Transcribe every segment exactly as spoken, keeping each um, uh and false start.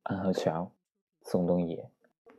安河桥，宋冬野。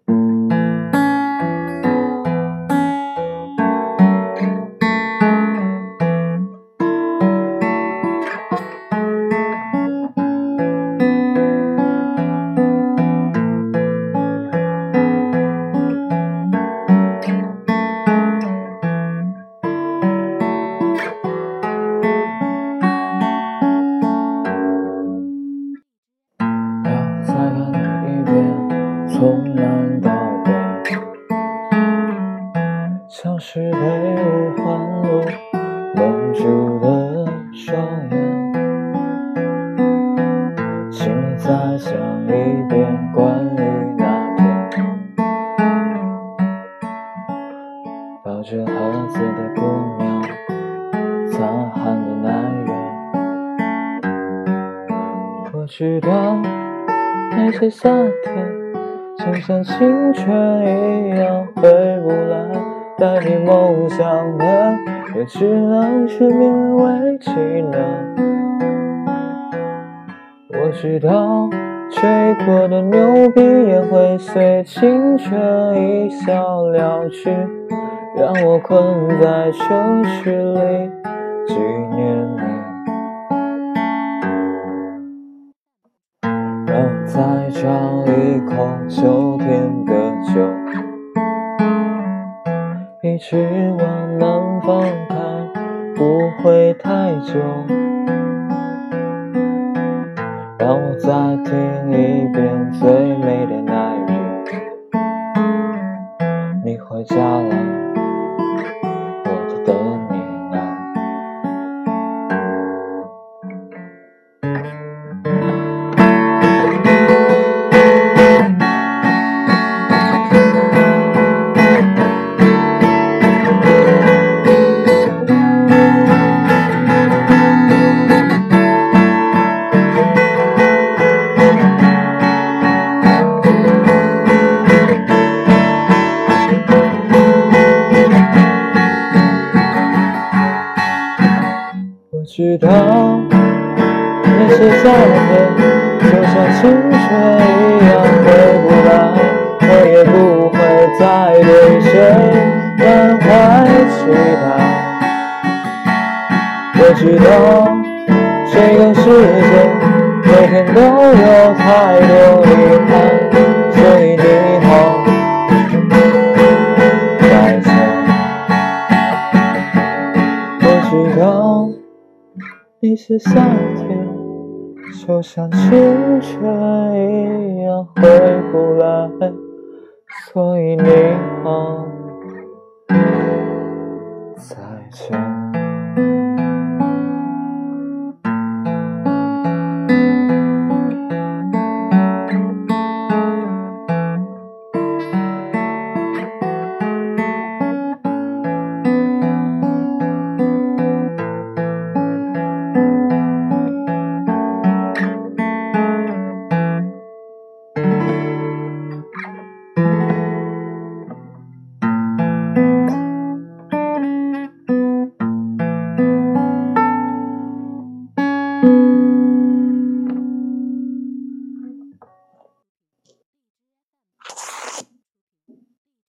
再看你一遍，从南到北，像是被五环路蒙住的双眼。请你再讲一遍关于那天抱着盒子的姑娘，擦汗的男人。我知道那些夏天就像青春一样回不来，带你梦想的也只能是勉为其难。我知道吹过的牛逼也会随青春一笑了去，让我困在城市里纪念你。让我再尝一口秋天的酒，一直往南方看，不会太久。让我再听一遍最美的那一句，你回家了，我在等你呢。我知道那些夏天就像青春一样回不来，我也不会再对谁满怀期待。我知道这个世界每天都有太多遗憾，所以你好再见。我知道那些夏天就像青春一样回不来，所以你好再见。